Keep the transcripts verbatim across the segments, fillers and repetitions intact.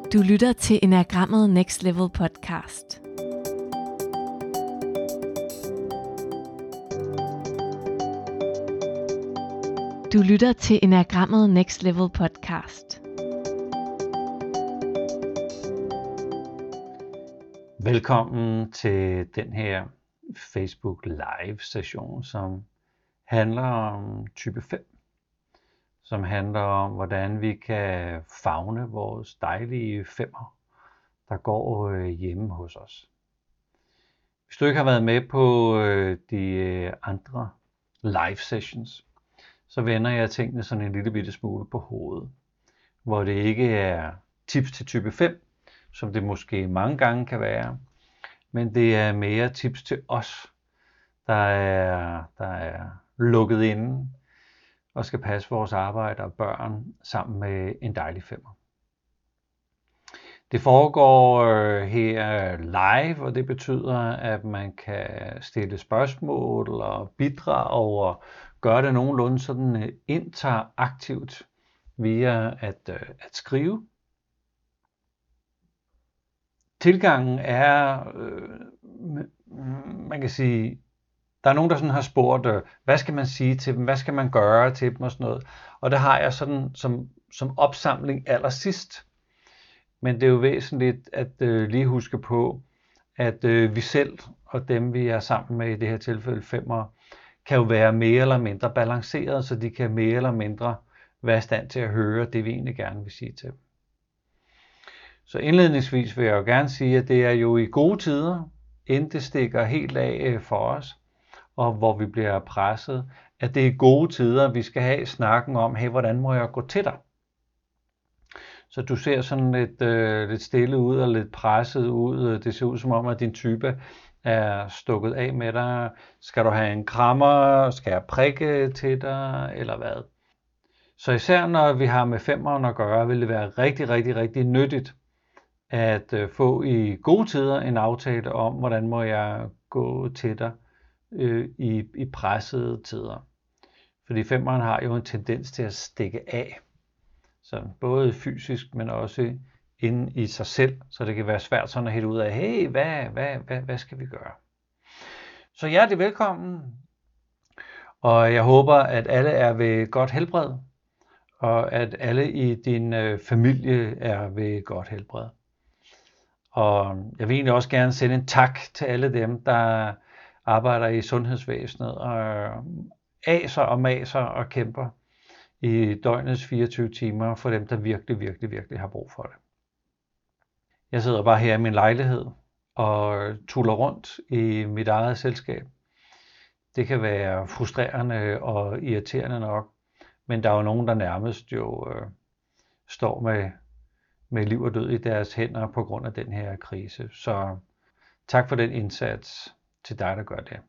Du lytter til Enagrammet Next Level podcast. Du lytter til Enagrammet Next Level podcast. Velkommen til den her Facebook Live session, som handler om type fem. Som handler om, hvordan vi kan favne vores dejlige femmer, der går hjemme hos os. Hvis du ikke har været med på de andre live sessions, så vender jeg tingene sådan en lille bitte smule på hovedet. Hvor det ikke er tips til type fem, som det måske mange gange kan være, men det er mere tips til os, der er, der er lukket inde og skal passe vores arbejde og børn sammen med en dejlig femmer. Det foregår her live, og det betyder, at man kan stille spørgsmål og bidrage og gøre det nogenlunde sådan interaktivt via at, at skrive. Tilgangen er, øh, man kan sige, der er nogen, der sådan har spurgt, øh, hvad skal man sige til dem, hvad skal man gøre til dem og sådan noget. Og der har jeg sådan som, som opsamling allersidst. Men det er jo væsentligt at øh, lige huske på, at øh, vi selv og dem, vi er sammen med i det her tilfælde femmer, kan jo være mere eller mindre balanceret, så de kan mere eller mindre være i stand til at høre det, vi egentlig gerne vil sige til dem. Så indledningsvis vil jeg jo gerne sige, at det er jo i gode tider, inden det stikker helt af for os, og hvor vi bliver presset, at det er gode tider, vi skal have snakken om, hey, hvordan må jeg gå til dig? Så du ser sådan lidt, øh, lidt stille ud og lidt presset ud. Det ser ud som om, at din type er stukket af med dig. Skal du have en krammer? Skal jeg prikke til dig? Eller hvad? Så især når vi har med femmeren at gøre, vil det være rigtig, rigtig, rigtig nyttigt at øh, få i gode tider en aftale om, hvordan må jeg gå til dig øh, i, i pressede tider. Fordi femmeren har jo en tendens til at stikke af. Så både fysisk, men også inde i sig selv, så det kan være svært sådan at hætte ud af, hey, hvad, hvad, hvad, hvad skal vi gøre? Så hjertelig velkommen, og jeg håber, at alle er ved godt helbred, og at alle i din øh, familie er ved godt helbred. Og jeg vil egentlig også gerne sende en tak til alle dem, der arbejder i sundhedsvæsenet, og aser og maser og kæmper i døgnets fireogtyve timer for dem, der virkelig, virkelig, virkelig har brug for det. Jeg sidder bare her i min lejlighed og tuller rundt i mit eget selskab. Det kan være frustrerende og irriterende nok, men der er jo nogen, der nærmest jo øh, står med, med liv og død i deres hænder på grund af den her krise. Så tak for den indsats til dig, der gør det.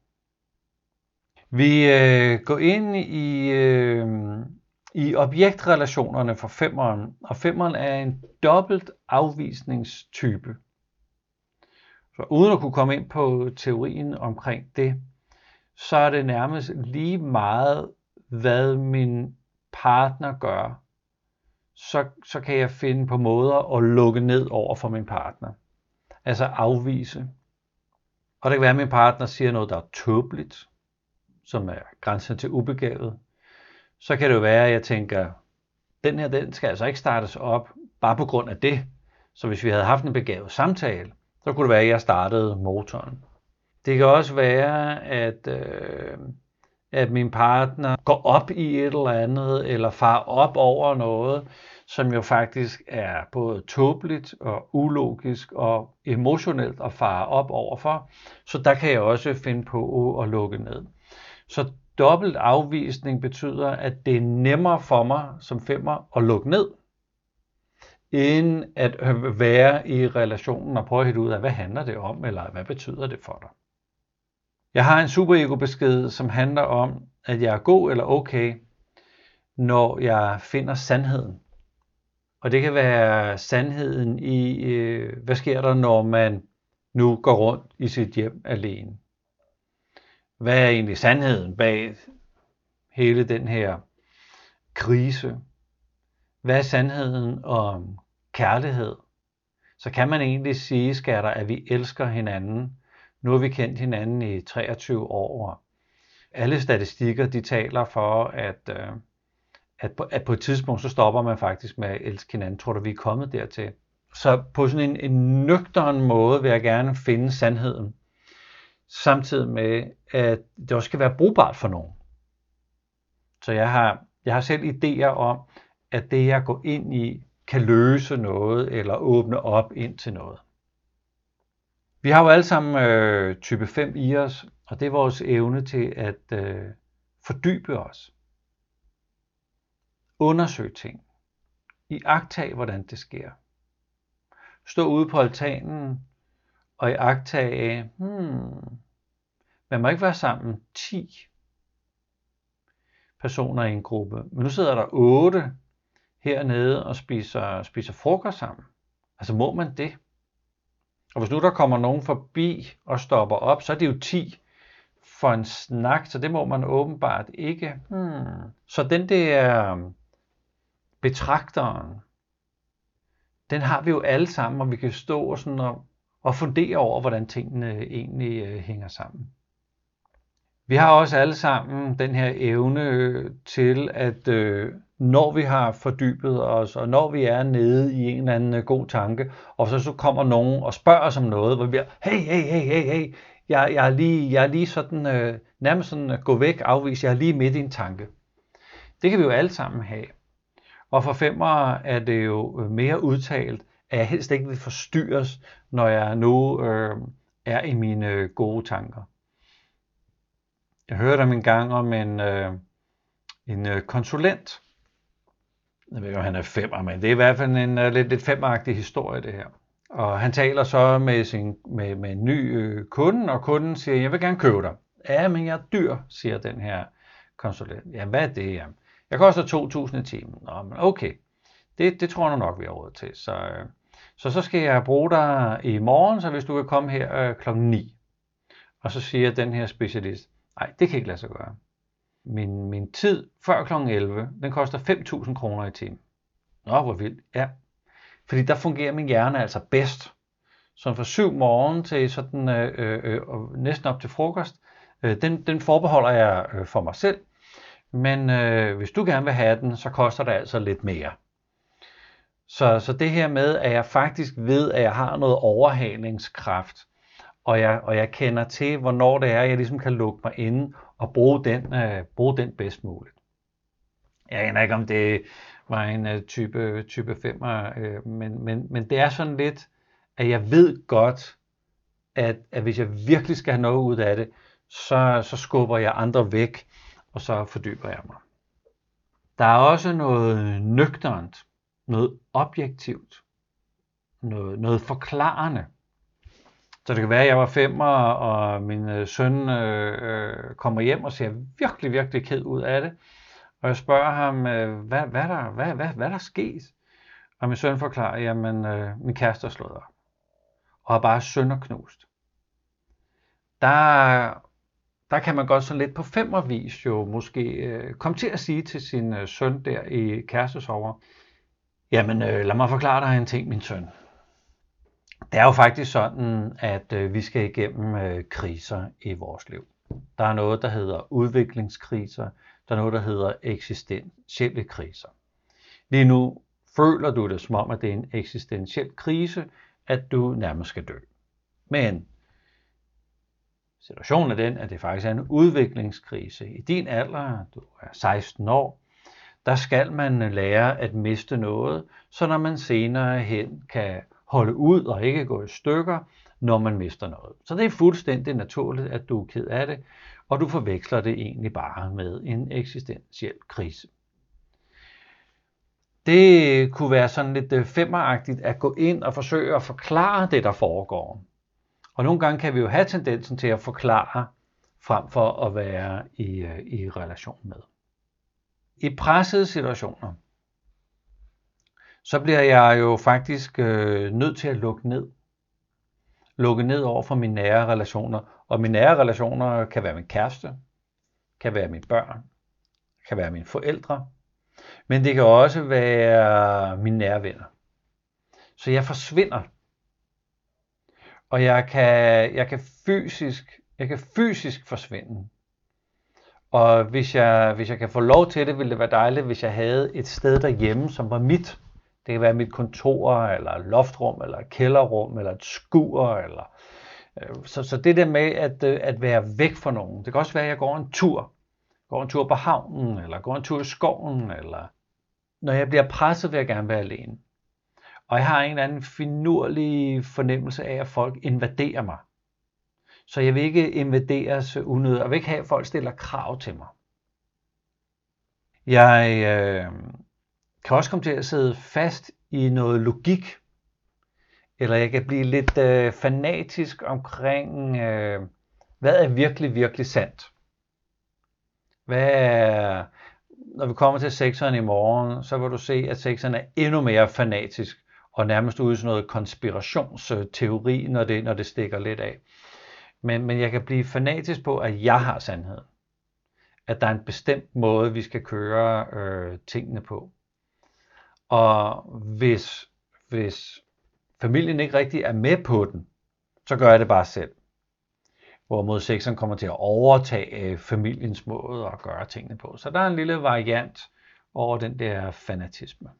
Vi øh, går ind i... Øh, I objektrelationerne for femmeren, og femmeren er en dobbelt afvisningstype. Så uden at kunne komme ind på teorien omkring det, så er det nærmest lige meget, hvad min partner gør, så, så kan jeg finde på måder at lukke ned over for min partner. Altså afvise. Og det kan være, at min partner siger noget, der er tåbeligt, som er grænsen til ubegavet. Så kan det jo være, at jeg tænker, den her den skal altså ikke startes op, bare på grund af det. Så hvis vi havde haft en begavet samtale, så kunne det være, at jeg startede motoren. Det kan også være, at, øh, at min partner går op i et eller andet, eller farer op over noget, som jo faktisk er både tåbeligt og ulogisk og emotionelt at fare op overfor. Så der kan jeg også finde på at lukke ned. Så dobbelt afvisning betyder, at det er nemmere for mig som femmer at lukke ned, end at være i relationen og prøve at hitte ud af, hvad handler det om, eller hvad betyder det for dig. Jeg har en superego-besked, som handler om, at jeg er god eller okay, når jeg finder sandheden. Og det kan være sandheden i, øh, hvad sker der, når man nu går rundt i sit hjem alene. Hvad er egentlig sandheden bag hele den her krise? Hvad er sandheden om kærlighed så kan man egentlig sige, skatter, at vi elsker hinanden. Nu har vi kendt hinanden i treogtyve år. Alle statistikker, de taler for, at, øh, at, på, at på et tidspunkt, så stopper man faktisk med at elske hinanden. Tror du, vi er kommet dertil? Så på sådan en, en nøgtern måde vil jeg gerne finde sandheden. Samtidig med, at det også skal være brugbart for nogen. Så jeg har, jeg har selv idéer om, at det jeg går ind i, kan løse noget eller åbne op ind til noget. Vi har jo alle sammen øh, type fem i os, og det er vores evne til at øh, fordybe os. Undersøge ting. Iagttage, hvordan det sker. Stå ude på altanen og iagttage, hmm, man må ikke være sammen ti personer i en gruppe, men nu sidder der otte hernede og spiser, spiser frokost sammen. Altså må man det? Og hvis nu der kommer nogen forbi og stopper op, så er det jo ti for en snak, så det må man åbenbart ikke. Hmm. Så den der betragteren, den har vi jo alle sammen, og vi kan stå og, sådan og, og fundere over, hvordan tingene egentlig øh, hænger sammen. Vi har også alle sammen den her evne til, at øh, når vi har fordybet os, og når vi er nede i en eller anden god tanke, og så, så kommer nogen og spørger os om noget, hvor vi bliver, hey, hey, hey, hey, hey, jeg, jeg, er, lige, jeg er lige sådan, øh, nærmest sådan, gå væk, afvis, jeg er lige midt i en tanke. Det kan vi jo alle sammen have. Og for femere er det jo mere udtalt, at jeg helst ikke vil forstyrres, når jeg nu øh, er i mine gode tanker. Jeg hørte om en gang om en, øh, en øh, konsulent. Jeg ved ikke, om han er femmer, men det er i hvert fald en uh, lidt, lidt femagtig historie, det her. Og han taler så med, sin, med, med en ny øh, kunde, og kunden siger, jeg vil gerne købe dig. Ja, men jeg er dyr, siger den her konsulent. Ja, hvad er det? Jamen? Jeg koster to tusind i timen. Nå, men okay, det, det tror jeg nok, vi har råd til. Så, øh, så så skal jeg bruge dig i morgen, så hvis du kan komme her øh, klokken ni. Og så siger den her specialist, nej, det kan ikke lade sig gøre. Min, min tid før klokken elleve, den koster fem tusind kroner i timen. Nå, hvor vildt. Ja, fordi der fungerer min hjerne altså bedst. Så fra syv morgen til sådan, øh, øh, øh, næsten op til frokost, øh, den, den forbeholder jeg øh, for mig selv. Men øh, hvis du gerne vil have den, så koster det altså lidt mere. Så, så det her med, at jeg faktisk ved, at jeg har noget overhalingskraft, og jeg, og jeg kender til, hvornår det er, jeg ligesom kan lukke mig inde og bruge den, øh, bruge den bedst muligt. Jeg aner ikke, om det var en uh, type, type femmer, øh, men, men, men det er sådan lidt, at jeg ved godt, at, at hvis jeg virkelig skal have noget ud af det, så, så skubber jeg andre væk, og så fordyber jeg mig. Der er også noget nøgternt, noget objektivt, noget, noget forklarende. Så det kan være, at jeg var femmer, og min søn øh, kommer hjem og ser virkelig, virkelig ked ud af det. Og jeg spørger ham, øh, hvad, hvad, der, hvad, hvad, hvad der er sket? Og min søn forklarer, jamen øh, min kæreste er slået op. Og har bare sønderknust. Der, der kan man godt sådan lidt på femmervis jo måske øh, komme til at sige til sin øh, søn der i kærestesover, jamen øh, lad mig forklare dig en ting, min søn. Det er jo faktisk sådan, at øh, vi skal igennem øh, kriser i vores liv. Der er noget, der hedder udviklingskriser. Der er noget, der hedder eksistentielle kriser. Lige nu føler du det som om, at det er en eksistentiel krise, at du nærmest skal dø. Men situationen er den, at det faktisk er en udviklingskrise. I din alder, du er seksten år, der skal man lære at miste noget, så når man senere hen kan holde ud og ikke gå i stykker, når man mister noget. Så det er fuldstændig naturligt, at du er ked af det, og du forveksler det egentlig bare med en eksistentiel krise. Det kunne være sådan lidt femmeragtigt at gå ind og forsøge at forklare det, der foregår. Og nogle gange kan vi jo have tendensen til at forklare, frem for at være i, i relation med. I pressede situationer, så bliver jeg jo faktisk øh, nødt til at lukke ned. Lukke ned over for mine nære relationer. Og mine nære relationer kan være min kæreste, kan være mine børn, kan være mine forældre. Men det kan også være mine nære venner. Så jeg forsvinder Og jeg kan, jeg kan fysisk, jeg kan fysisk forsvinde. Og hvis jeg, hvis jeg kan få lov til det, ville det være dejligt, hvis jeg havde et sted derhjemme, som var mit. Det kan være mit kontor, eller et loftrum, eller et kælderrum, eller et skur. Eller, øh, så, så det der med at, øh, at være væk fra nogen. Det kan også være, at jeg går en tur. Går en tur på havnen, eller går en tur i skoven. Eller... Når jeg bliver presset, vil jeg gerne være alene. Og jeg har en eller anden finurlig fornemmelse af, at folk invaderer mig. Så jeg vil ikke invaderes unødigt, og vil ikke have, at folk stiller krav til mig. Jeg øh, kan også komme til at sidde fast i noget logik, eller jeg kan blive lidt øh, fanatisk omkring, øh, hvad er virkelig, virkelig sandt. Hvad er, når vi kommer til sekseren i morgen, så vil du se, at sekseren er endnu mere fanatisk, og nærmest ude i sådan noget konspirationsteori, når det, når det stikker lidt af. Men, men jeg kan blive fanatisk på, at jeg har sandheden. At der er en bestemt måde, vi skal køre øh, tingene på. Og hvis, hvis familien ikke rigtig er med på den, så gør jeg det bare selv. Hvorimod sekseren kommer til at overtage familiens måde at gøre tingene på. Så der er en lille variant over den der fanatisme.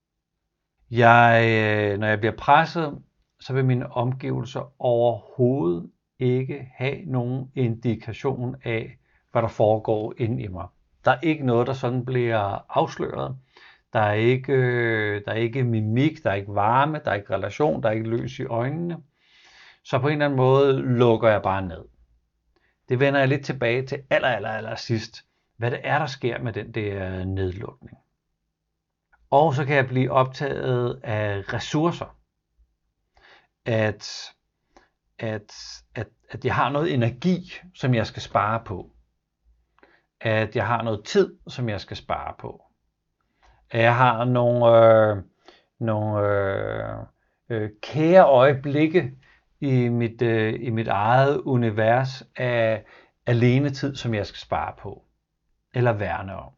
Jeg, når jeg bliver presset, så vil mine omgivelser overhovedet ikke have nogen indikation af, hvad der foregår inde i mig. Der er ikke noget, der sådan bliver afsløret. Der er ikke, der er ikke mimik, der er ikke varme, der er ikke relation, der er ikke lys i øjnene. Så på en eller anden måde lukker jeg bare ned. Det vender jeg lidt tilbage til aller, aller, aller sidst, hvad det er, der sker med den der nedlukning. Og så kan jeg blive optaget af ressourcer. At, at, at, at jeg har noget energi, som jeg skal spare på. At jeg har noget tid, som jeg skal spare på. At jeg har nogle, øh, nogle øh, øh, kære øjeblikke i mit, øh, i mit eget univers af alenetid, som jeg skal spare på. Eller værne om.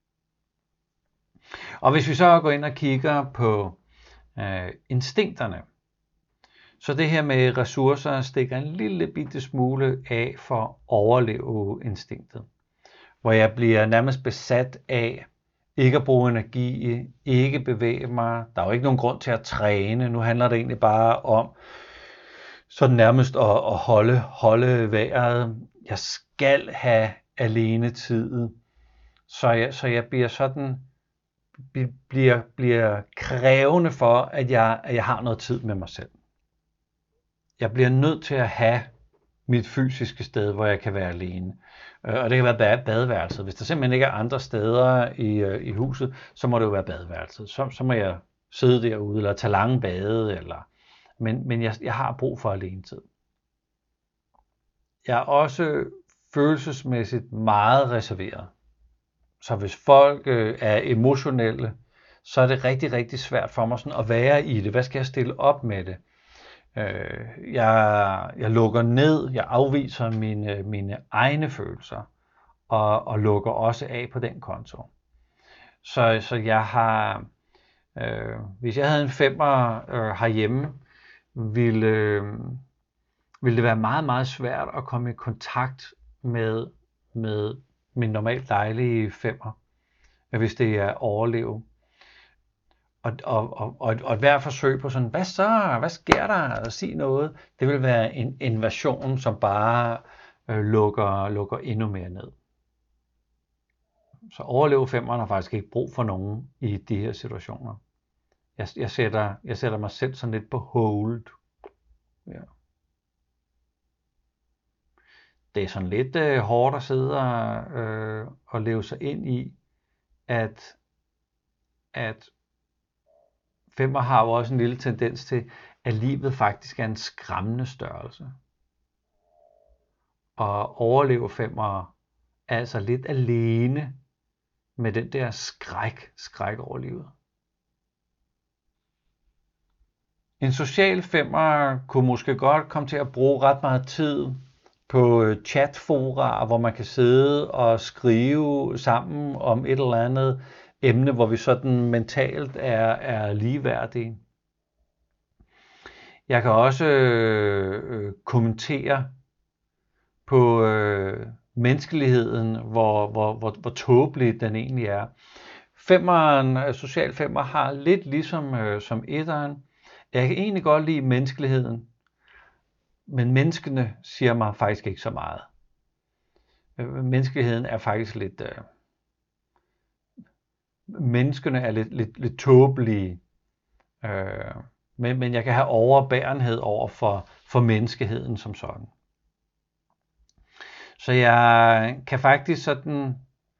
Og hvis vi så går ind og kigger på øh, instinkterne, så det her med ressourcer stikker en lille bitte smule af for at overleve instinktet. Hvor jeg bliver nærmest besat af ikke at bruge energi, ikke bevæge mig. Der er jo ikke nogen grund til at træne. Nu handler det egentlig bare om sådan nærmest at, at holde, holde vejret. Jeg skal have alene tid. Så jeg, så jeg bliver sådan bliver, bliver krævende for, at jeg, at jeg har noget tid med mig selv. Jeg bliver nødt til at have mit fysiske sted, hvor jeg kan være alene. Og det kan være badeværelset. Hvis der simpelthen ikke er andre steder i, i huset, så må det jo være badeværelset. Så, så må jeg sidde derude, eller tage lange bade. Eller... Men, men jeg, jeg har brug for alenetid. Jeg er også følelsesmæssigt meget reserveret. Så hvis folk øh, er emotionelle, så er det rigtig, rigtig svært for mig sådan at være i det. Hvad skal jeg stille op med det? Øh, jeg, jeg lukker ned, jeg afviser mine, mine egne følelser, og, og lukker også af på den konto. Så, så jeg har, øh, hvis jeg havde en femmer øh, herhjemme, ville, øh, ville det være meget, meget svært at komme i kontakt med, med min normalt dejlige femmer, hvis det er overleve. Og, og, og, og, og et hvert forsøg på sådan, hvad så, hvad sker der, at sige noget, det vil være en invasion, som bare øh, lukker, lukker endnu mere ned. Så overleve femmeren har faktisk ikke brug for nogen i de her situationer. Jeg, jeg, sætter, jeg sætter mig selv sådan lidt på hold. Ja. Det er sådan lidt øh, hårdt at sidde og, øh, og leve sig ind i, at, at femmer har jo også en lille tendens til, at livet faktisk er en skræmmende størrelse. Og overleve femmer er altså lidt alene med den der skræk, skræk over livet. En social femmer kunne måske godt komme til at bruge ret meget tid på chatfora, hvor man kan sidde og skrive sammen om et eller andet emne, hvor vi sådan mentalt er, er ligeværdige. Jeg kan også øh, kommentere på øh, menneskeligheden, hvor, hvor, hvor, hvor tåbelig den egentlig er. Femmeren, social femmer, har lidt ligesom øh, som etteren. Jeg kan egentlig godt lide menneskeligheden, men menneskene siger mig faktisk ikke så meget. Menneskeligheden er faktisk lidt... Øh, menneskene er lidt, lidt, lidt tåbelige, øh, men, men jeg kan have overbærenhed over for, for menneskeheden som sådan. Så jeg kan faktisk sådan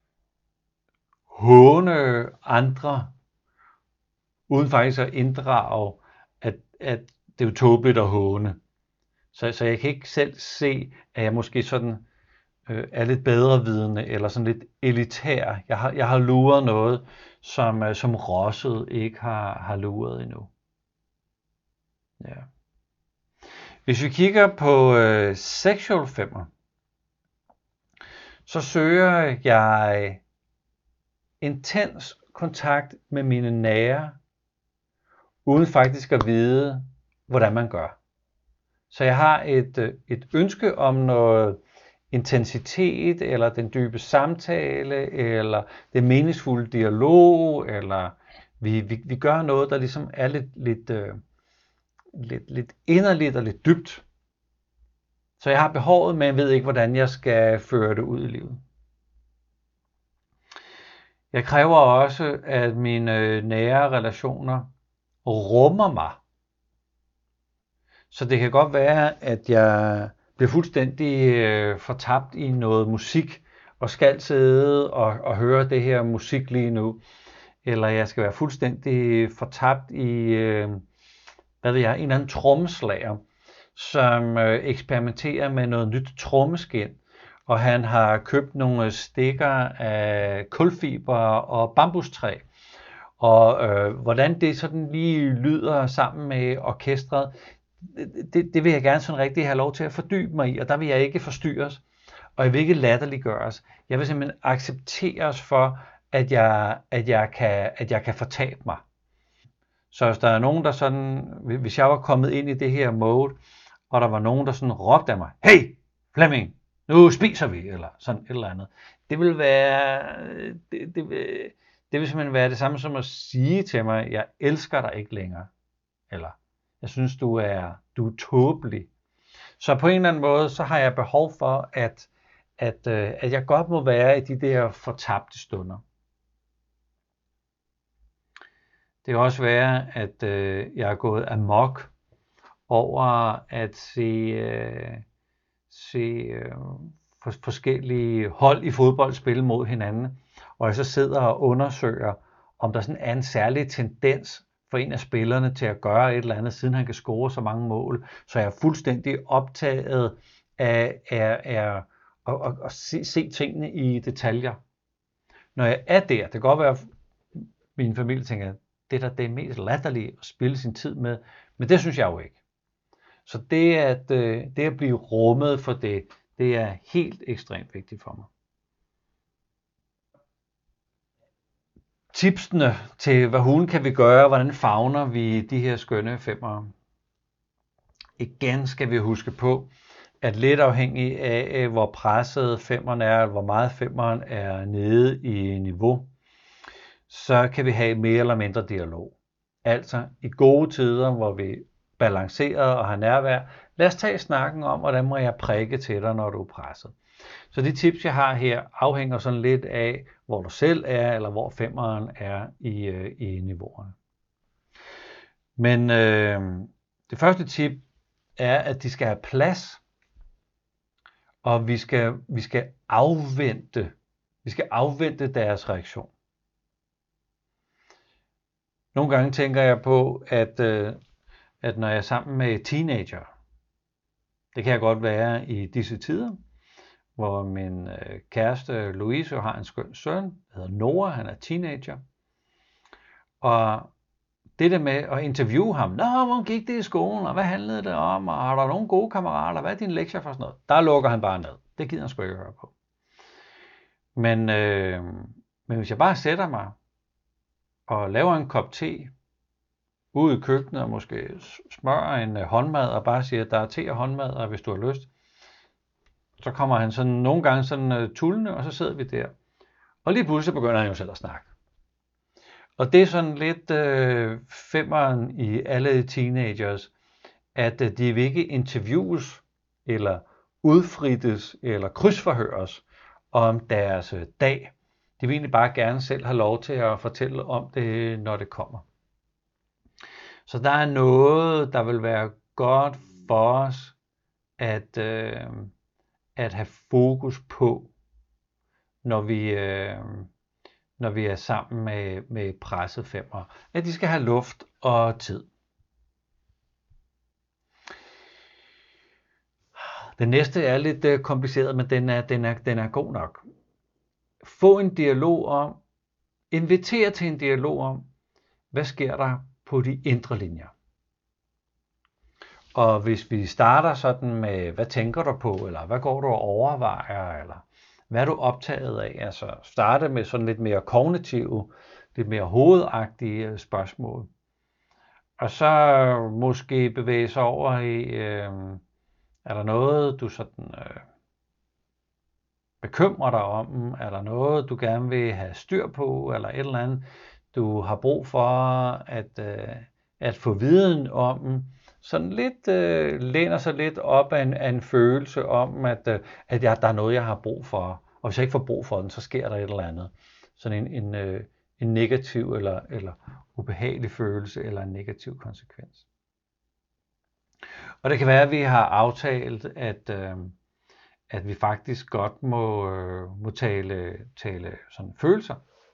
håne andre, uden faktisk at inddrage, at, at det er jo tåbeligt at håne. Så, så jeg kan ikke selv se, at jeg måske sådan øh, er lidt bedrevidende, eller sådan lidt elitær. Jeg har, jeg har luret noget, som, øh, som Rosset ikke har, har luret endnu. Ja. Hvis vi kigger på øh, sexual femmer, så søger jeg intens kontakt med mine nære, uden faktisk at vide, hvordan man gør. Så jeg har et, et ønske om noget intensitet, eller den dybe samtale, eller den meningsfulde dialog, eller vi, vi, vi gør noget, der ligesom er lidt, lidt, øh, lidt, lidt inderligt og lidt dybt. Så jeg har behovet, men jeg ved ikke, hvordan jeg skal føre det ud i livet. Jeg kræver også, at mine nære relationer rummer mig. Så det kan godt være, at jeg bliver fuldstændig øh, fortabt i noget musik, og skal sidde og, og høre det her musik lige nu. Eller jeg skal være fuldstændig fortabt i, øh, hvad ved jeg, en eller anden trommeslager, som øh, eksperimenterer med noget nyt trommeskin. Og han har købt nogle stikker af kulfiber og bambustræ. Og øh, hvordan det sådan lige lyder sammen med orkestret, det, det vil jeg gerne sådan rigtig have lov til at fordybe mig i, og der vil jeg ikke forstyrres, og jeg vil ikke latterliggøres. Jeg vil simpelthen accepteres for, at jeg, at jeg, kan, at jeg kan fortabe mig. Så hvis der er nogen, der sådan, hvis jeg var kommet ind i det her mode, og der var nogen, der sådan råbte af mig, hey Flemming, nu spiser vi, eller sådan et eller andet. Det vil være, det, det, vil, det vil simpelthen være det samme som at sige til mig, jeg elsker dig ikke længere, eller jeg synes, du er, du er tåbelig. Så på en eller anden måde, så har jeg behov for, at, at, at jeg godt må være i de der fortabte stunder. Det kan også være, at jeg er gået amok over at se, se forskellige hold i fodbold spille mod hinanden, og jeg så sidder og undersøger, om der sådan er en særlig tendens for en af spillerne til at gøre et eller andet, siden han kan score så mange mål. Så jeg er fuldstændig optaget af, af, af at, at, at se, se tingene i detaljer. Når jeg er der, det kan godt være, at min familie tænker, det er det mest latterlige at spille sin tid med, men det synes jeg jo ikke. Så det at, det at blive rummet for det, det er helt ekstremt vigtigt for mig. Tipsene til, hvad hun kan vi gøre, hvordan favner vi de her skønne femmer. Igen skal vi huske på, at lidt afhængig af, hvor presset femmeren er, hvor meget femmeren er nede i niveau, så kan vi have mere eller mindre dialog. Altså i gode tider, hvor vi balancerer og har nærvær, lad os tage snakken om, hvordan må jeg prikke til dig, når du er presset. Så de tips, jeg har her, afhænger sådan lidt af, hvor du selv er, eller hvor femmeren er i, øh, i niveauerne. Men øh, det første tip er, at de skal have plads, og vi skal, vi skal afvente, vi skal afvente deres reaktion. Nogle gange tænker jeg på, at, øh, at når jeg er sammen med teenager, det kan jeg godt være i disse tider, hvor min øh, kæreste Louise har en skøn søn, der hedder Noah, han er teenager. Og det der med at interviewe ham, nå, hvor gik det i skolen, og hvad handlede det om, og har der nogle gode kammerater, hvad er dine lektier for sådan noget? Der lukker han bare ned. Det gider han sgu ikke høre på. Men, øh, men hvis jeg bare sætter mig og laver en kop te, ude i køkkenet og måske smører en håndmad og bare siger, at der er te og håndmad, og hvis du har lyst, så kommer han sådan nogle gange sådan uh, tullende, og så sidder vi der. Og lige pludselig begynder han jo selv at snakke. Og det er sådan lidt øh, femmeren i alle teenagers, at øh, de vil ikke interviews, eller udfrittes, eller krydsforhøres om deres øh, dag. De vil egentlig bare gerne selv have lov til at fortælle om det, når det kommer. Så der er noget, der vil være godt for os, at, øh, at have fokus på, når vi... Øh, når vi er sammen med, med presset femmer, at de skal have luft og tid. Den næste er lidt uh, kompliceret, men den er, den, er, den er god nok. Få en dialog om, inviter til en dialog om, hvad sker der på de indre linjer. Og hvis vi starter sådan med, hvad tænker du på, eller hvad går du og overvejer, eller hvad er du optaget af? Altså starte med sådan lidt mere kognitive, lidt mere hovedagtige spørgsmål. Og så måske bevæge sig over i, øh, er der noget, du sådan øh, bekymrer dig om? Er der noget, du gerne vil have styr på? Eller et eller andet, du har brug for at, øh, at få viden om? Sådan lidt øh, læner sig lidt op af en, af en følelse om, at, øh, at jeg, der er noget, jeg har brug for. Og hvis jeg ikke får brug for den, så sker der et eller andet. Sådan en, en, øh, en negativ eller, eller ubehagelig følelse eller en negativ konsekvens. Og det kan være, at vi har aftalt, at, øh, at vi faktisk godt må, øh, må tale, tale sådan følelser.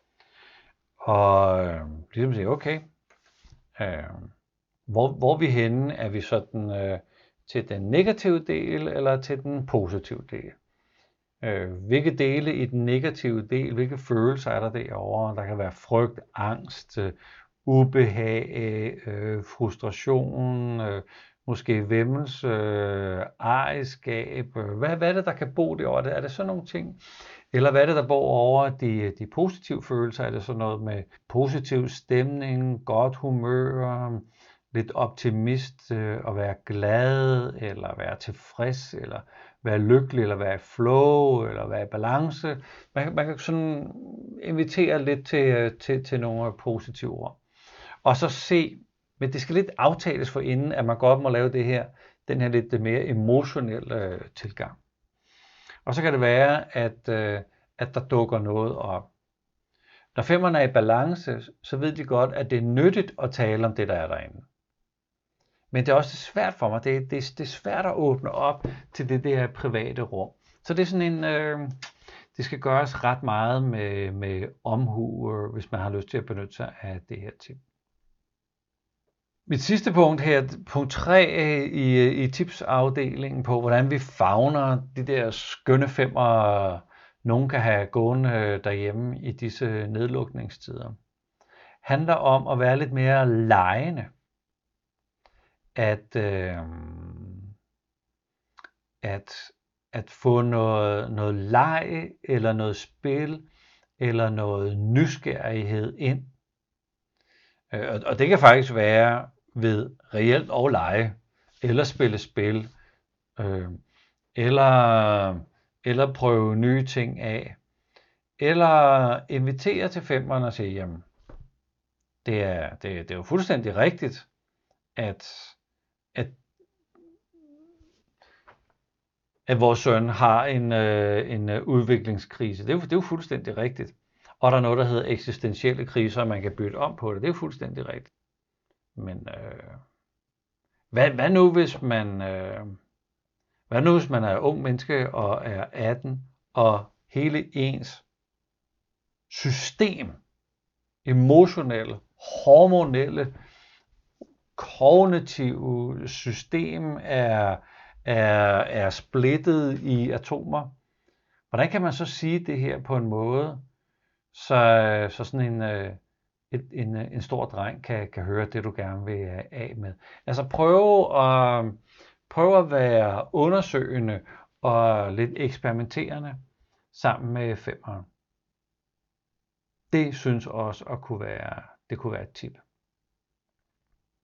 Og øh, ligesom sige, okay, øh, hvor, hvor er vi henne? Er vi sådan øh, til den negative del eller til den positive del? Øh, hvilke dele i den negative del, hvilke følelser er der derovre? Der kan være frygt, angst, øh, ubehag, øh, frustration, øh, væmmelse, væmmelse, øh, ejerskab. Øh, hvad, hvad er det, der kan bo derovre? Er det sådan nogle ting? Eller hvad er det, der bor over de, de positive følelser? Er det sådan noget med positiv stemning, godt humør, lidt optimist, øh, at være glad, eller være tilfreds, eller være lykkelig, eller være i flow, eller være i balance. Man, man kan sådan invitere lidt til, til, til nogle positive ord. Og så se, men det skal lidt aftales for inden, at man godt må lave det her, den her lidt mere emotionelle øh, tilgang. Og så kan det være, at, øh, at der dukker noget op. Når femmerne er i balance, så ved de godt, at det er nyttigt at tale om det, der er derinde. Men det er også svært for mig. Det er, det, er, det er svært at åbne op til det der private rum. Så det er sådan en, øh, det skal gøres ret meget med, med omhu, øh, hvis man har lyst til at benytte sig af det her tip. Mit sidste punkt her, punkt tre i, i tipsafdelingen på, hvordan vi favner de der skønne femmer, nogen kan have gående derhjemme i disse nedlukningstider, handler om at være lidt mere legende. At, øh, at, at få noget, noget leg, eller noget spil, eller noget nysgerrighed ind. Øh, og det kan faktisk være ved reelt at lege, eller spille spil, øh, eller, eller prøve nye ting af, eller invitere til femmerne og sige, jamen, det er, det, det er jo fuldstændig rigtigt, at At, at vores søn har en, øh, en øh, udviklingskrise. Det er, jo, det er jo fuldstændig rigtigt. Og der er noget, der hedder eksistentielle kriser, og man kan bytte om på det. Det er jo fuldstændig rigtigt. Men øh, hvad, hvad nu, hvis man øh, hvad nu, hvis man er ung menneske og er atten, og hele ens system, emotionelle, hormonelle, kognitive system er, er, er splittet i atomer. Hvordan kan man så sige det her på en måde, så, så sådan en, et, en, en stor dreng kan, kan høre det, du gerne vil af med? Altså prøve at, prøve at være undersøgende og lidt eksperimenterende sammen med femmeren. Det synes også at kunne være, det kunne være et tip.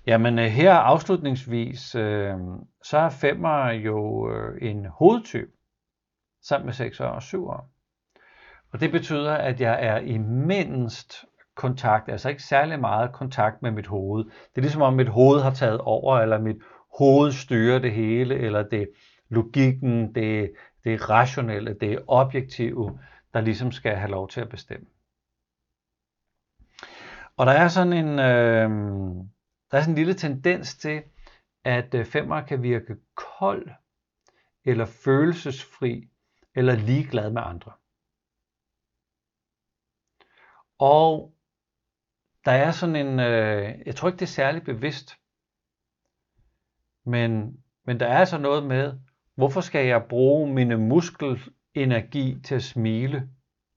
Jamen her afslutningsvis, øh, så er femmer jo øh, en hovedtype, sammen med sekser og syver. Og det betyder, at jeg er i mindst kontakt, altså ikke særlig meget kontakt med mit hoved. Det er ligesom om mit hoved har taget over, eller mit hoved styrer det hele, eller det er logikken, det, det er rationelle, det er objektive, der ligesom skal have lov til at bestemme. Og der er sådan en, øh, der er sådan en lille tendens til, at øh, femmer kan virke kold, eller følelsesfri, eller ligeglad med andre. Og der er sådan en, øh, jeg tror ikke det er særlig bevidst, men, men der er altså noget med, hvorfor skal jeg bruge mine muskelenergi til at smile?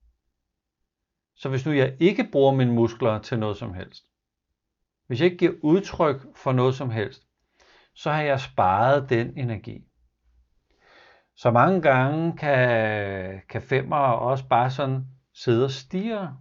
Så hvis nu jeg ikke bruger mine muskler til noget som helst, hvis jeg ikke giver udtryk for noget som helst, så har jeg sparet den energi. Så mange gange kan, kan femmer også bare sådan sidde og stirre.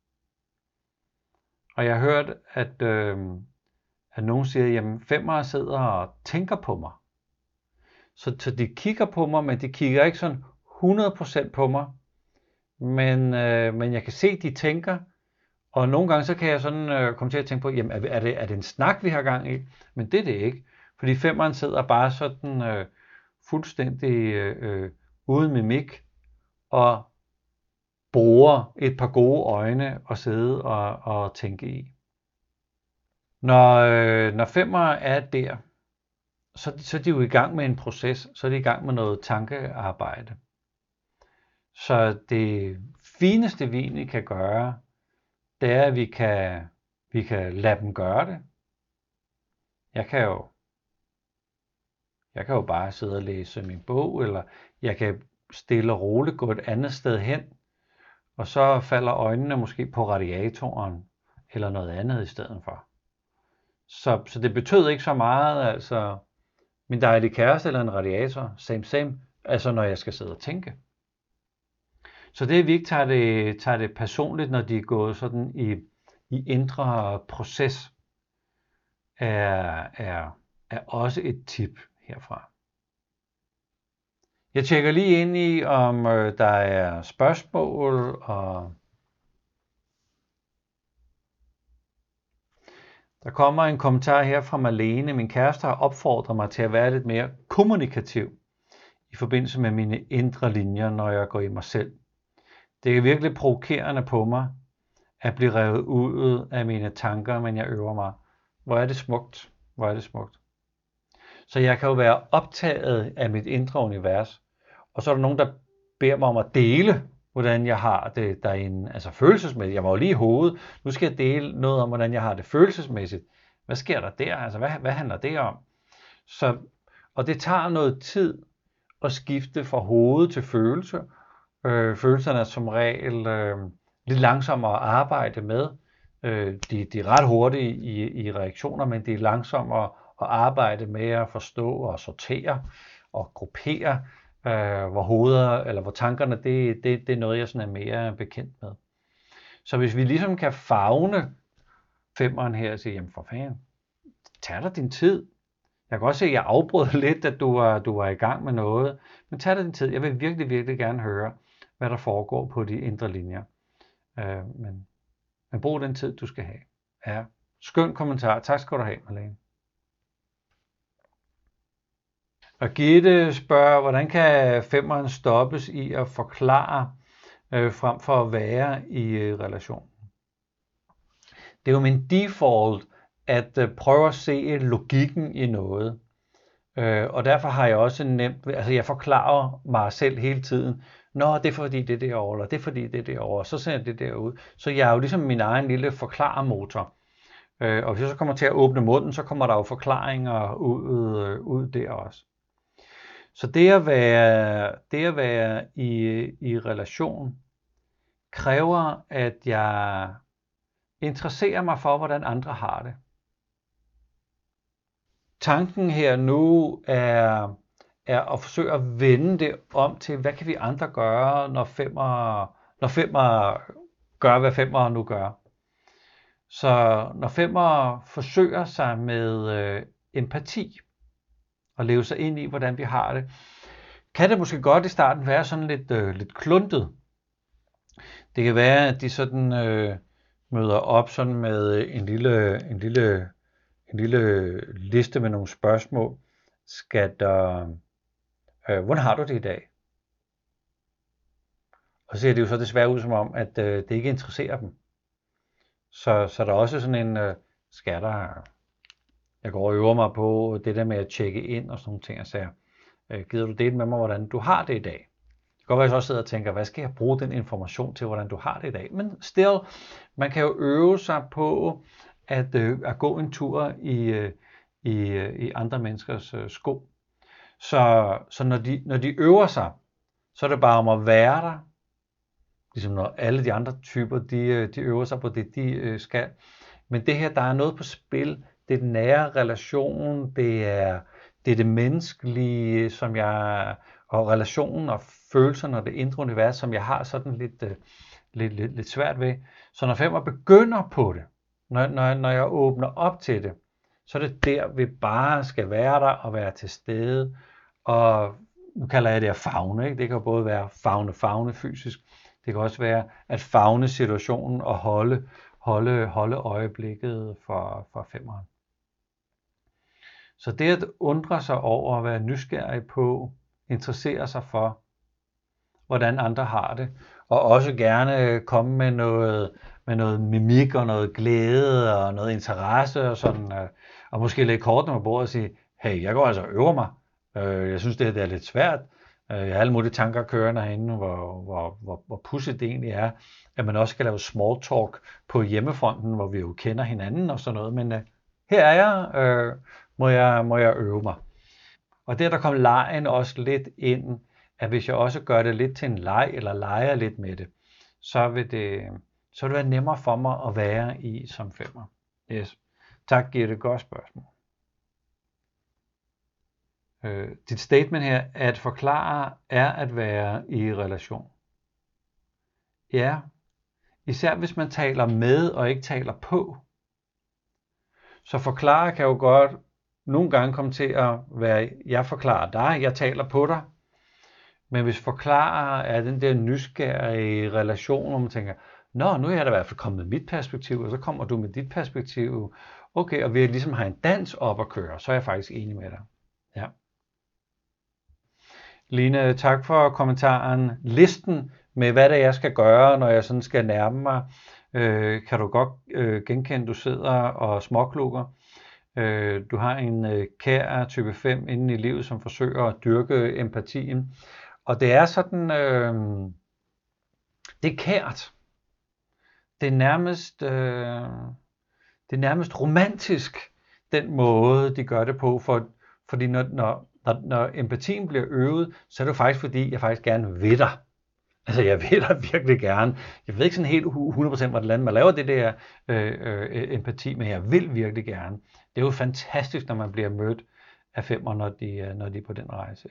Og jeg har hørt, at, øh, at nogen siger, at femmer sidder og tænker på mig. Så, så de kigger på mig, men de kigger ikke sådan hundrede procent på mig. Men, øh, men jeg kan se, at de tænker. Og nogle gange så kan jeg sådan øh, komme til at tænke på, jamen er, er, det, er det en snak, vi har gang i? Men det er det ikke. Fordi femmeren sidder bare sådan øh, fuldstændig øh, uden mimik og bruger et par gode øjne at sidde og, og tænke i. Når, øh, når femmer er der, så, så er de jo i gang med en proces, så er de i gang med noget tankearbejde. Så det fineste vi egentlig kan gøre, det er, at vi kan, vi kan lade dem gøre det. Jeg kan jo, jeg kan jo bare sidde og læse min bog, eller jeg kan stille og roligt gå et andet sted hen, og så falder øjnene måske på radiatoren, eller noget andet i stedet for. Så, så det betød ikke så meget, altså min dejlige kæreste eller en radiator, same same, altså når jeg skal sidde og tænke. Så det, at vi ikke tager det, tager det personligt, når de er gået sådan i, i indre proces, er, er, er også et tip herfra. Jeg tjekker lige ind i, om øh, der er spørgsmål, og der kommer en kommentar her fra Marlene. Min kæreste har opfordret mig til at være lidt mere kommunikativ i forbindelse med mine indre linjer, når jeg går i mig selv. Det er virkelig provokerende på mig at blive revet ud af mine tanker, men jeg øver mig. Hvor er det smukt. Hvor er det smukt. Så jeg kan jo være optaget af mit indre univers, og så er der nogen, der beder mig om at dele, hvordan jeg har det derinde, altså følelsesmæssigt. Jeg var jo lige i hovedet. Nu skal jeg dele noget om, hvordan jeg har det følelsesmæssigt. Hvad sker der der? Altså, hvad, hvad handler det om? Så, og det tager noget tid at skifte fra hoved til følelse. Øh, følelserne er som regel øh, lidt langsommere at arbejde med. Øh, de, de er ret hurtige i, i reaktioner, men de er langsommere at arbejde med at forstå og sortere og gruppere, øh, hvor hoveder eller hvor tankerne, det, det, det er noget, jeg sådan er mere bekendt med. Så hvis vi ligesom kan favne femmeren her og sige, jamen for fanden, tag dig din tid. Jeg kan også se, at jeg afbrød lidt, at du var, du var i gang med noget, men tag dig din tid. Jeg vil virkelig, virkelig gerne høre, hvad der foregår på de indre linjer. Øh, men, men brug den tid, du skal have. Ja. Skøn kommentar. Tak skal du have, Marlene. Og Gitte spørger, hvordan kan femmeren stoppes i at forklare, øh, frem for at være i øh, relationen? Det er jo min default, at øh, prøve at se logikken i noget. Øh, og derfor har jeg også nemt, altså jeg forklarer mig selv hele tiden, nå, det er fordi det er derovre, eller det er fordi det er derovre, så ser jeg det derud. Så jeg er jo ligesom min egen lille forklarermotor. Øh, og hvis jeg så kommer til at åbne munden, så kommer der jo forklaringer ud, øh, ud der også. Så det at være, det at være i, i relation kræver, at jeg interesserer mig for, hvordan andre har det. Tanken her nu er, er at forsøge at vende det om til, hvad kan vi andre gøre, når femmer, når femmer gør, hvad femmer nu gør. Så når femmer forsøger sig med øh, empati og leve sig ind i, hvordan vi har det, kan det måske godt i starten være sådan lidt, øh, lidt kluntet. Det kan være, at de sådan øh, møder op sådan med en lille, en lille, en lille liste med nogle spørgsmål. Skal der, øh, hvordan har du det i dag? Og så ser det jo så desværre ud som om, at øh, det ikke interesserer dem. Så, så der er også sådan en, øh, skal der, jeg går og øver mig på det der med at tjekke ind og sådan nogle ting, og siger, øh, gider du dele med mig, hvordan du har det i dag? Det kan godt være, at jeg også sidder og tænker, hvad skal jeg bruge den information til, hvordan du har det i dag? Men still, man kan jo øve sig på at, øh, at gå en tur i, øh, i, øh, i andre menneskers øh, sko. Så, så når, de, når de øver sig, så er det bare om at være der, ligesom når alle de andre typer, de, de øver sig på det, de øh, skal. Men det her, der er noget på spil. Det er den nære relation, det er det, er det menneskelige, som jeg, og relationen og følelserne og det indre univers, som jeg har sådan lidt, øh, lidt, lidt, lidt svært ved. Så når femmer begynder på det, når, når, når jeg åbner op til det, så er det der, vi bare skal være der og være til stede. Og nu kalder jeg det at favne, ikke? Det kan både være favne, favne fysisk. Det kan også være at favne situationen og holde, holde, holde øjeblikket for, for femmeren. Så det at undre sig over at være nysgerrig på, interessere sig for, hvordan andre har det, og også gerne komme med noget, med noget mimik og noget glæde og noget interesse og sådan, og måske lægge kortene på bordet og sige, hey, jeg går altså og øver mig. Jeg synes, det er lidt svært. Jeg har alle mulige tanker kørende herinde, hvor, hvor, hvor, hvor pudsigt det egentlig er, at man også skal lave small talk på hjemmefronten, hvor vi jo kender hinanden og sådan noget. Men uh, her er jeg, øh, må jeg, må jeg øve mig. Og der der kom lejen også lidt ind, at hvis jeg også gør det lidt til en leg, eller leger lidt med det, så vil det, så vil det være nemmere for mig at være i som femmer. Yes. Tak, Gitte. Godt spørgsmål. Øh, dit statement her, at forklare er at være i relation. Ja, især hvis man taler med og ikke taler på. Så forklare kan jo godt nogle gange komme til at være, jeg forklarer dig, jeg taler på dig. Men hvis forklare er den der nysgerrige relation, hvor man tænker, nå, nu er jeg da i hvert fald kommet med mit perspektiv, og så kommer du med dit perspektiv. Okay, og vi ligesom har en dans op at køre, så er jeg faktisk enig med dig. Ja. Line, tak for kommentaren. Listen med, hvad det er, jeg skal gøre, når jeg sådan skal nærme mig, øh, kan du godt øh, genkende, du sidder og småklukker. Øh, du har en øh, kær type fem inde i livet, som forsøger at dyrke empatien. Og det er sådan, øh, det er kært. Det er nærmest, øh, det er nærmest romantisk, den måde, de gør det på, for, fordi når, når Når, når empatien bliver øvet, så er det jo faktisk fordi, jeg faktisk gerne vil dig. Altså jeg vil dig virkelig gerne. Jeg ved ikke sådan helt hundrede procent, hvordan man laver det der øh, øh, empati, men jeg vil virkelig gerne. Det er jo fantastisk, når man bliver mødt af femmer, når de, når de er på den rejse.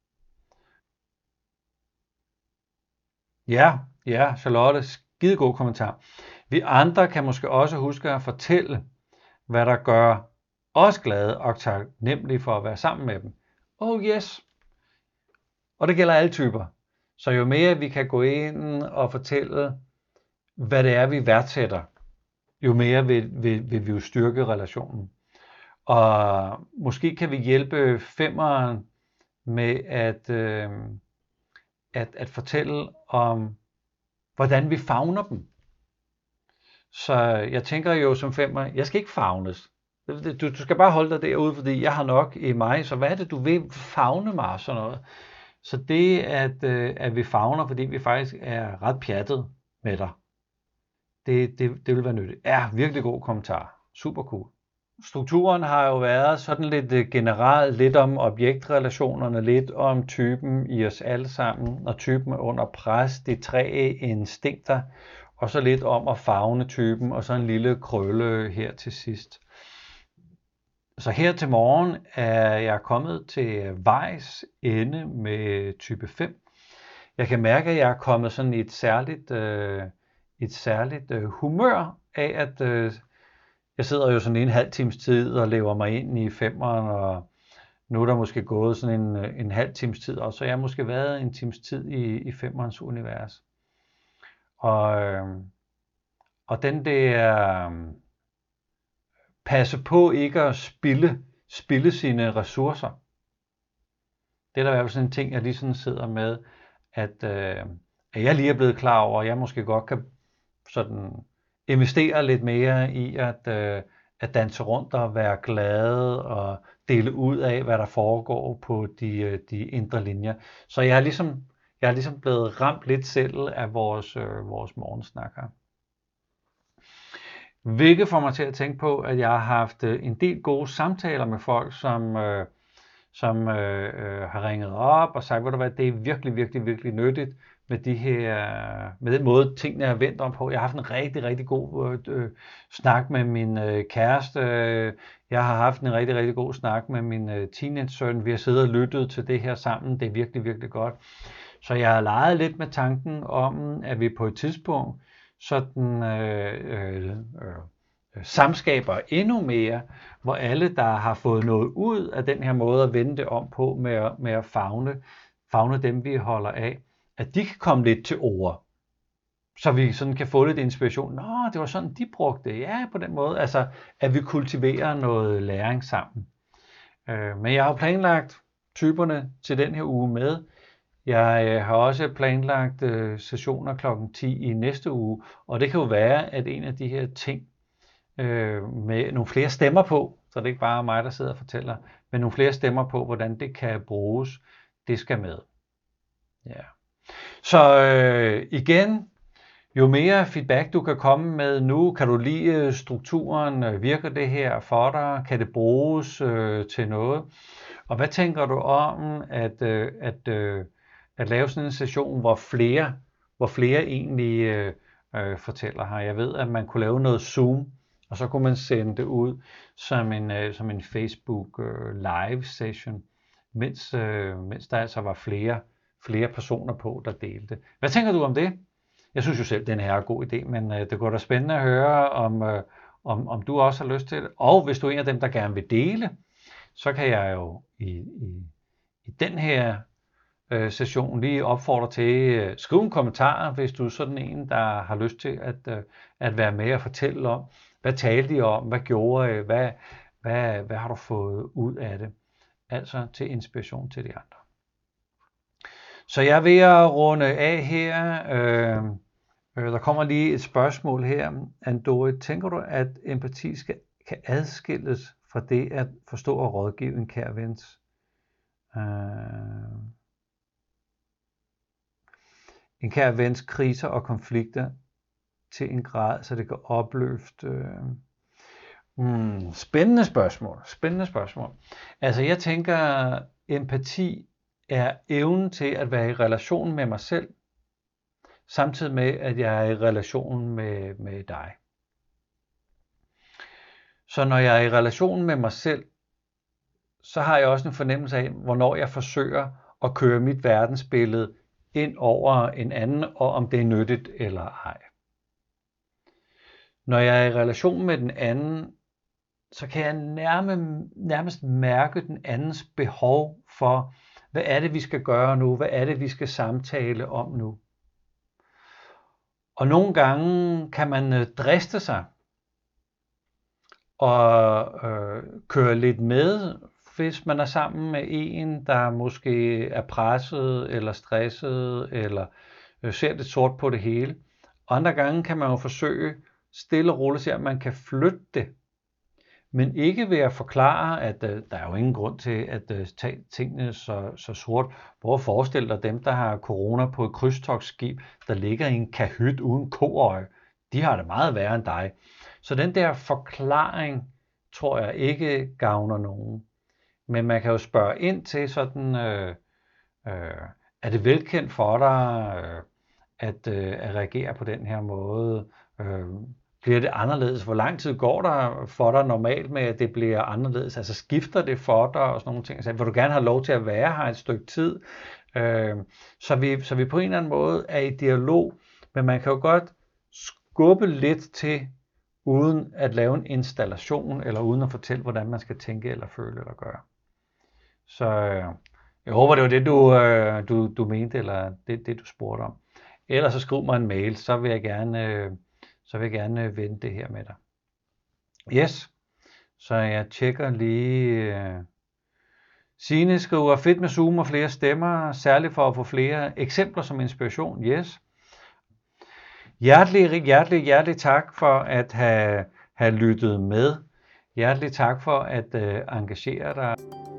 Ja, ja, Charlotte, skide god kommentar. Vi andre kan måske også huske at fortælle, hvad der gør os glade og taknemmelige for at være sammen med dem. Oh yes. Og det gælder alle typer. Så jo mere vi kan gå ind og fortælle, hvad det er, vi værdsætter, jo mere vil, vil, vil vi jo styrke relationen. Og måske kan vi hjælpe femmeren med at, øh, at, at fortælle om, hvordan vi favner dem. Så jeg tænker jo som femmer, jeg skal ikke favnes. Du, du skal bare holde dig derude, fordi jeg har nok i mig, så hvad er det, du vil favne mig og sådan noget. Så det, at, at vi favner, fordi vi faktisk er ret pjattet med dig, det, det, det vil være nyttigt. Ja, virkelig god kommentar. Super cool. Strukturen har jo været sådan lidt generelt, lidt om objektrelationerne, lidt om typen i os alle sammen, og typen er under pres, de tre instinkter, og så lidt om at favne typen, og så en lille krølle her til sidst. Så her til morgen er jeg kommet til vejs ende med type fem. Jeg kan mærke, at jeg er kommet sådan i et særligt, øh, et særligt øh, humør af at, øh, jeg sidder jo sådan en halv times tid og lever mig ind i femmeren, og nu er der måske gået sådan en, en halv times tid, og så har jeg måske været en times tid i, i femmerens univers. Og, øh, og den der øh, passe på ikke at spilde, spilde sine ressourcer. Det er der i hvert fald sådan en ting, jeg lige sådan sidder med, at, øh, at jeg lige er blevet klar over, at jeg måske godt kan sådan investere lidt mere i at, øh, at danse rundt og være glad og dele ud af, hvad der foregår på de, de indre linjer. Så jeg er ligesom, jeg er ligesom blevet ramt lidt selv af vores, øh, vores morgensnak her. Hvilket får mig til at tænke på, at jeg har haft en del gode samtaler med folk, som, øh, som øh, øh, har ringet op og sagt, ved du hvad, det er virkelig, virkelig, virkelig nyttigt med, de her, med den måde, tingene er vendt om på. Jeg har haft en rigtig, rigtig god øh, snak med min øh, kæreste. Jeg har haft en rigtig, rigtig god snak med min øh, teenage-søn. Vi har siddet og lyttet til det her sammen. Det er virkelig, virkelig godt. Så jeg har leget lidt med tanken om, at vi på et tidspunkt sådan øh, øh, øh, samskaber endnu mere, hvor alle, der har fået noget ud af den her måde at vende det om på med at, med at favne, favne dem, vi holder af, at de kan komme lidt til ord, så vi sådan kan få lidt inspiration. Nå, det var sådan, de brugte det. Ja, på den måde. Altså, at vi kultiverer noget læring sammen. Øh, men jeg har planlagt typerne til den her uge med. Jeg har også planlagt øh, sessioner klokken ti i næste uge, og det kan jo være, at en af de her ting øh, med nogle flere stemmer på, så det er ikke bare mig, der sidder og fortæller, men nogle flere stemmer på, hvordan det kan bruges, det skal med. Ja. Så øh, igen, jo mere feedback du kan komme med nu, kan du lide strukturen, virker det her for dig, kan det bruges øh, til noget, og hvad tænker du om, at, øh, at øh, at lave sådan en session, hvor flere, hvor flere egentlig øh, øh, fortæller her. Jeg ved, at man kunne lave noget Zoom, og så kunne man sende det ud som en, øh, som en Facebook øh, live session, mens, øh, mens der altså var flere, flere personer på, der delte. Hvad tænker du om det? Jeg synes jo selv, det er en herregod idé, men øh, det går da spændende at høre, om, øh, om, om du også har lyst til det. Og hvis du er en af dem, der gerne vil dele, så kan jeg jo i, i, i den her session lige opfordrer til, skriv en kommentar, hvis du er sådan en, der har lyst til at, at være med og fortælle om, hvad talte I om, hvad gjorde I, hvad, hvad, hvad har du fået ud af det, altså til inspiration til de andre. Så jeg er ved at runde af her. Øh, øh, der kommer lige et spørgsmål her. Anne-Dorit, tænker du, at empati skal, kan adskilles fra det at forstå og rådgive en kær vens? Øh, En kær vens kriser og konflikter til en grad, så det kan opløfte. Mm, spændende spørgsmål. Spændende spørgsmål. Altså jeg tænker, empati er evnen til at være i relation med mig selv, samtidig med, at jeg er i relation med, med dig. Så når jeg er i relation med mig selv, så har jeg også en fornemmelse af, hvornår jeg forsøger at køre mit verdensbillede ind over en anden, og om det er nyttigt eller ej. Når jeg er i relation med den anden, så kan jeg nærme, nærmest mærke den andens behov for, hvad er det, vi skal gøre nu? Hvad er det, vi skal samtale om nu? Og nogle gange kan man driste sig og øh, køre lidt med, hvis man er sammen med en, der måske er presset eller stresset, eller øh, ser lidt sort på det hele. Og andre gange kan man jo forsøge stille og roligt, at man kan flytte det. Men ikke ved at forklare, at øh, der er jo ingen grund til at øh, tage tingene så, så sort. Prøv at forestille dig dem, der har corona på et krydstogtskib, der ligger i en kahyt uden koøje. De har det meget værre end dig. Så den der forklaring, tror jeg ikke gavner nogen. Men man kan jo spørge ind til sådan, øh, øh, er det velkendt for dig øh, at, øh, at reagere på den her måde? Øh, bliver det anderledes? Hvor lang tid går der for dig normalt med, at det bliver anderledes? Altså skifter det for dig og sådan nogle ting? Altså, vil du gerne have lov til at være her et stykke tid? Øh, så, vi, så vi på en eller anden måde er i dialog, men man kan jo godt skubbe lidt til uden at lave en installation, eller uden at fortælle, hvordan man skal tænke, eller føle, eller gøre. Så øh, jeg håber, det var det, du, øh, du, du mente, eller det, det, du spurgte om. Ellers så skriv mig en mail, så vil jeg gerne, øh, så vil jeg gerne vende det her med dig. Yes, så jeg tjekker lige... Øh, Signe skriver, fedt med Zoom og flere stemmer, særligt for at få flere eksempler som inspiration. Yes. Hjertelig, hjertelig, hjertelig tak for at have, have lyttet med. Hjertelig tak for at uh, engagere dig.